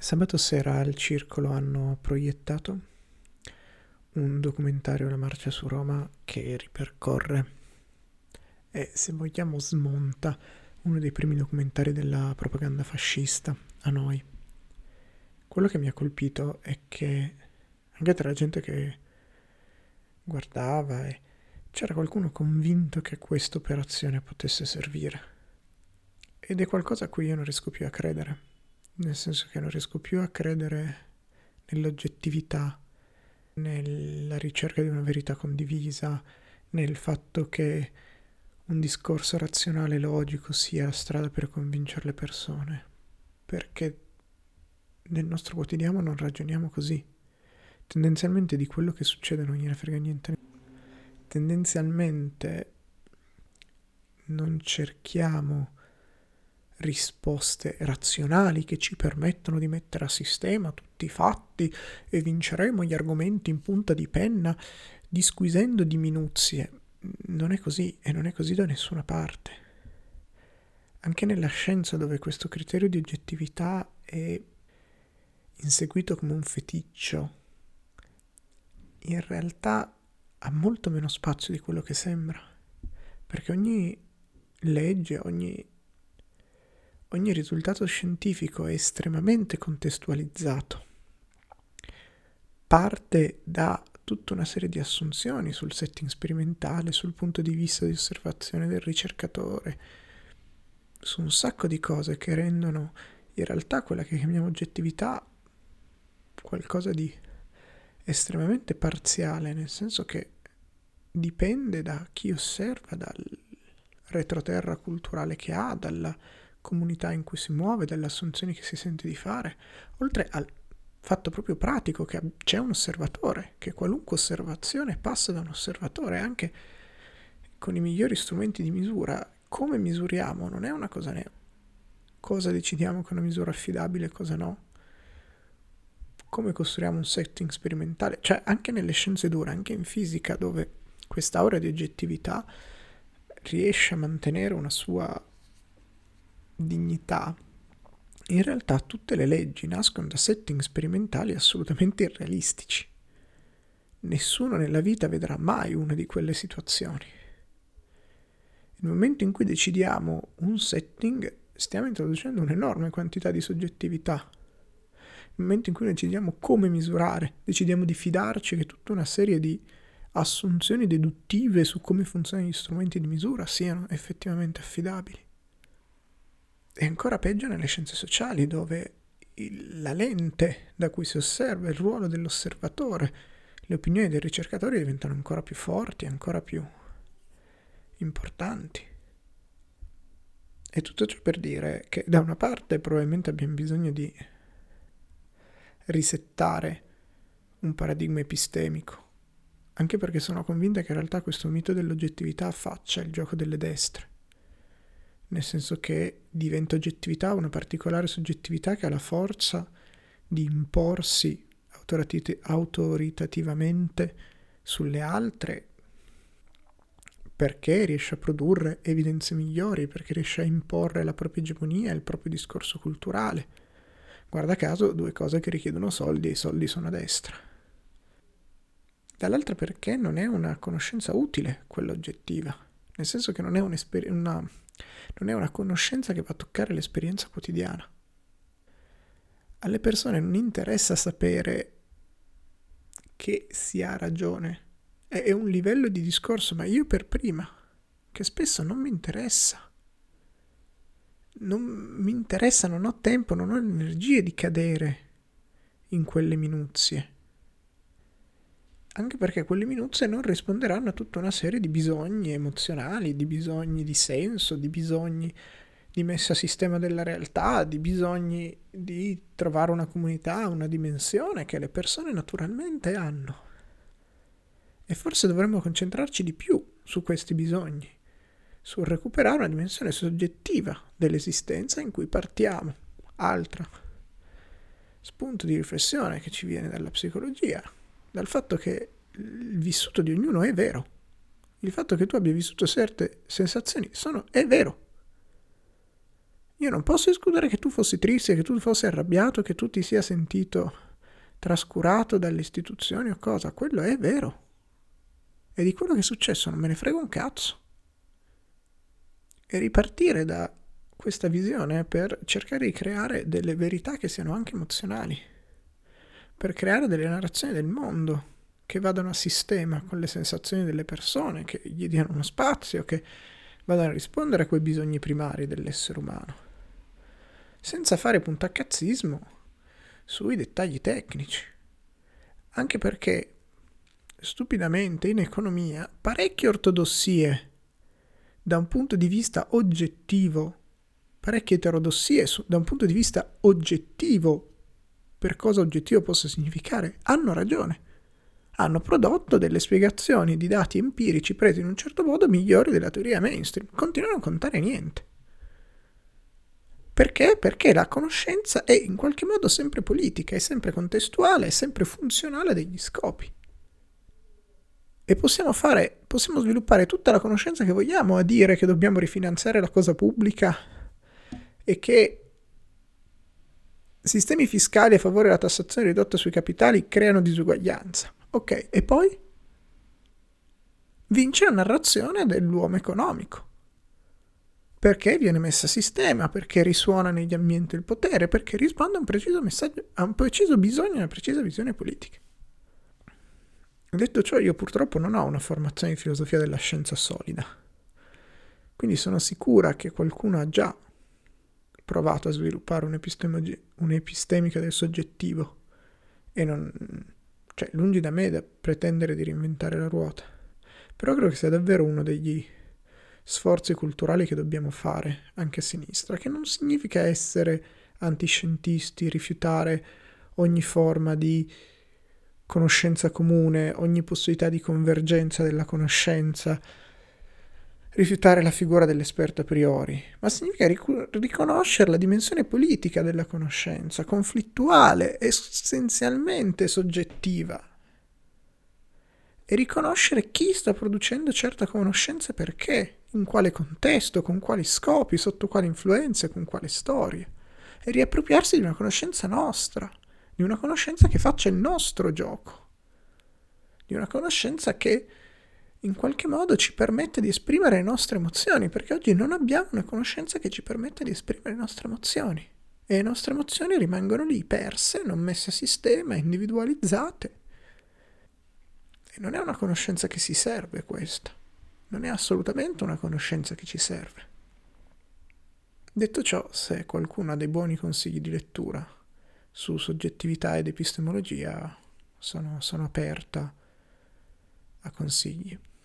Sabato sera al Circolo hanno proiettato un documentario La marcia su Roma che ripercorre e, se vogliamo, smonta uno dei primi documentari della propaganda fascista a noi. Quello che mi ha colpito è che anche tra la gente che guardava c'era qualcuno convinto che questa operazione potesse servire. Ed è qualcosa a cui io non riesco più a credere, nel senso che non riesco più a credere nell'oggettività, nella ricerca di una verità condivisa, nel fatto che un discorso razionale e logico sia la strada per convincere le persone, perché nel nostro quotidiano non ragioniamo così. Tendenzialmente di quello che succede non gliene frega niente. Tendenzialmente non cerchiamo risposte razionali che ci permettono di mettere a sistema tutti i fatti e vinceremo gli argomenti in punta di penna, disquisendo di minuzie. Non è così, e non è così da nessuna parte. Anche nella scienza, dove questo criterio di oggettività è inseguito come un feticcio, in realtà ha molto meno spazio di quello che sembra, perché ogni legge, ogni risultato scientifico è estremamente contestualizzato. Parte da tutta una serie di assunzioni sul setting sperimentale, sul punto di vista di osservazione del ricercatore, su un sacco di cose che rendono in realtà quella che chiamiamo oggettività qualcosa di estremamente parziale, nel senso che dipende da chi osserva, dal retroterra culturale che ha, dalla comunità in cui si muove, dalle assunzioni che si sente di fare, oltre al fatto proprio pratico che c'è un osservatore, che qualunque osservazione passa da un osservatore, anche con i migliori strumenti di misura. Come misuriamo non è una cosa cosa decidiamo che è una misura affidabile e cosa no. Come costruiamo un setting sperimentale, cioè anche nelle scienze dure, anche in fisica, dove quest'aura di oggettività riesce a mantenere una sua dignità, in realtà tutte le leggi nascono da setting sperimentali assolutamente irrealistici. Nessuno nella vita vedrà mai una di quelle situazioni. Nel momento in cui decidiamo un setting, stiamo introducendo un'enorme quantità di soggettività. Nel momento in cui decidiamo come misurare, decidiamo di fidarci che tutta una serie di assunzioni deduttive su come funzionano gli strumenti di misura siano effettivamente affidabili. E ancora peggio nelle scienze sociali, dove la lente da cui si osserva, il ruolo dell'osservatore, le opinioni dei ricercatori diventano ancora più forti, ancora più importanti. E tutto ciò per dire che da una parte probabilmente abbiamo bisogno di risettare un paradigma epistemico, anche perché sono convinta che in realtà questo mito dell'oggettività affaccia il gioco delle destre, nel senso che diventa oggettività una particolare soggettività che ha la forza di imporsi autoritativamente sulle altre, perché riesce a produrre evidenze migliori, perché riesce a imporre la propria egemonia, il proprio discorso culturale. Guarda caso, due cose che richiedono soldi, e i soldi sono a destra. Dall'altra perché non è una conoscenza utile quella oggettiva, nel senso che non è una conoscenza che va a toccare l'esperienza quotidiana. Alle persone non interessa sapere che si ha ragione, è un livello di discorso, ma io per prima, che spesso non mi interessa. Non mi interessa, non ho tempo, non ho l'energia di cadere in quelle minuzie. Anche perché quelle minuzie non risponderanno a tutta una serie di bisogni emozionali, di bisogni di senso, di bisogni di messa a sistema della realtà, di bisogni di trovare una comunità, una dimensione che le persone naturalmente hanno. E forse dovremmo concentrarci di più su questi bisogni, sul recuperare una dimensione soggettiva dell'esistenza in cui partiamo. Altro spunto di riflessione che ci viene dalla psicologia, dal fatto che il vissuto di ognuno è vero. Il fatto che tu abbia vissuto certe sensazioni è vero. Io non posso escludere che tu fossi triste, che tu fossi arrabbiato, che tu ti sia sentito trascurato dalle istituzioni o cosa. Quello è vero. E di quello che è successo non me ne frega un cazzo. E ripartire da questa visione per cercare di creare delle verità che siano anche emozionali, per creare delle narrazioni del mondo che vadano a sistema con le sensazioni delle persone, che gli diano uno spazio, che vadano a rispondere a quei bisogni primari dell'essere umano, senza fare puntacazzismo sui dettagli tecnici. Anche perché, stupidamente, in economia, parecchie ortodossie da un punto di vista oggettivo, parecchie eterodossie da un punto di vista oggettivo, per cosa oggettivo possa significare, hanno ragione. Hanno prodotto delle spiegazioni di dati empirici presi in un certo modo migliori della teoria mainstream. Continuano a non contare niente. Perché? Perché la conoscenza è in qualche modo sempre politica, è sempre contestuale, è sempre funzionale a degli scopi. E possiamo sviluppare tutta la conoscenza che vogliamo a dire che dobbiamo rifinanziare la cosa pubblica e che sistemi fiscali a favore della tassazione ridotta sui capitali creano disuguaglianza. Ok, e poi? Vince la narrazione dell'uomo economico. Perché viene messa a sistema, perché risuona negli ambienti del potere, perché risponde a un preciso messaggio, a un preciso bisogno e una precisa visione politica. Detto ciò, io purtroppo non ho una formazione in filosofia della scienza solida, quindi sono sicura che qualcuno ha già provato a sviluppare un'epistemica del soggettivo e non, cioè, lungi da me da pretendere di reinventare la ruota, però credo che sia davvero uno degli sforzi culturali che dobbiamo fare anche a sinistra, che non significa essere antiscientisti, rifiutare ogni forma di conoscenza comune, ogni possibilità di convergenza della conoscenza, rifiutare la figura dell'esperto a priori, ma significa riconoscere la dimensione politica della conoscenza, conflittuale, essenzialmente soggettiva, e riconoscere chi sta producendo certa conoscenza e perché, in quale contesto, con quali scopi, sotto quali influenze, con quale storie, e riappropriarsi di una conoscenza nostra, di una conoscenza che faccia il nostro gioco, di una conoscenza che in qualche modo ci permette di esprimere le nostre emozioni, perché oggi non abbiamo una conoscenza che ci permette di esprimere le nostre emozioni, e le nostre emozioni rimangono lì, perse, non messe a sistema, individualizzate. E non è una conoscenza che si serve questa, non è assolutamente una conoscenza che ci serve. Detto ciò, se qualcuno ha dei buoni consigli di lettura su soggettività ed epistemologia, sono aperta a consigli.